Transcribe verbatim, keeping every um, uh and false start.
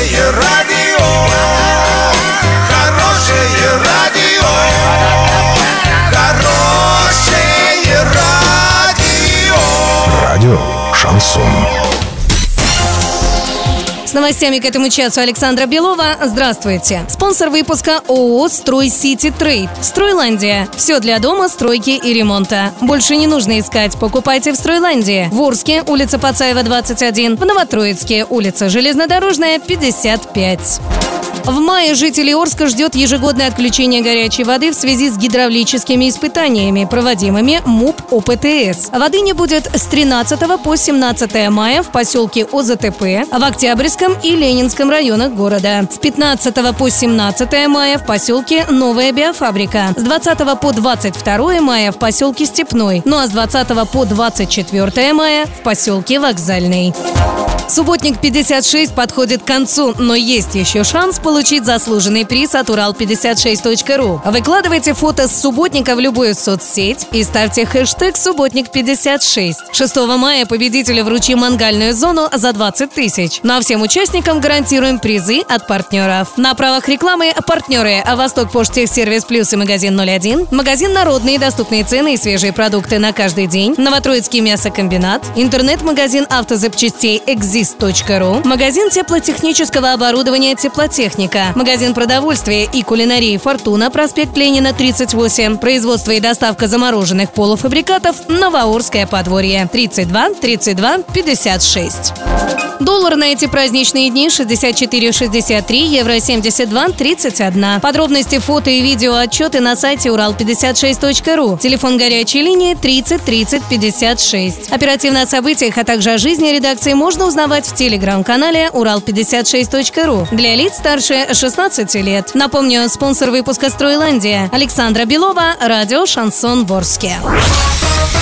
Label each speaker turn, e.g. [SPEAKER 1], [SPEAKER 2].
[SPEAKER 1] Хорошее радио, хорошее радио, хорошее радио.
[SPEAKER 2] Радио Шансон.
[SPEAKER 3] С новостями к этому часу Александра Белова. Здравствуйте. Спонсор выпуска ООО «Строй Сити Трейд». «Стройландия». Все для дома, стройки и ремонта. Больше не нужно искать. Покупайте в «Стройландии». В Орске, улица Пацаева, двадцать один. В Новотроицке, улица Железнодорожная, пятьдесят пять. В мае жителей Орска ждет ежегодное отключение горячей воды в связи с гидравлическими испытаниями, проводимыми МУП ОПТС. Воды не будет с тринадцатого по семнадцатое мая в поселке ОЗТП, в Октябрьском и Ленинском районах города. С пятнадцатого по семнадцатое мая в поселке Новая биофабрика. С двадцатого по двадцать второе мая в поселке Степной. Ну а с двадцатого по двадцать четвёртое мая в поселке Вокзальный. Субботник пятьдесят шесть подходит к концу, но есть еще шанс получить заслуженный приз от урал пятьдесят шесть точка ру. Выкладывайте фото с субботника в любую соцсеть и ставьте хэштег «Субботник пятьдесят шесть». шестого мая победителю вручим мангальную зону за двадцать тысяч. Ну а всем участникам гарантируем призы от партнеров. На правах рекламы партнеры «Восток Поштехсервис Плюс» и магазин ноль один, магазин «Народные», доступные цены и свежие продукты на каждый день, Новотроицкий мясокомбинат, интернет-магазин автозапчастей «Экзист точка ру», магазин теплотехнического оборудования «Теплотехника», магазин продовольствия и кулинарии «Фортуна», проспект Ленина, тридцать восемь, производство и доставка замороженных полуфабрикатов «Новоорское подворье», тридцать два тридцать два пятьдесят шесть. Доллар на эти праздничные дни шестьдесят четыре шестьдесят три, евро семьдесят два тридцать один. Подробности, фото и видео отчеты на сайте урал пятьдесят шесть точка ру. Телефон горячей линии тридцать тридцать пятьдесят шесть. Оперативно о событиях, а также о жизни редакции можно узнавать в телеграм-канале урал пятьдесят шесть точка ру. Для лиц старше шестнадцати лет. Напомню, спонсор выпуска «Стройландия». Александра Белова, радио «Шансон» в Орске.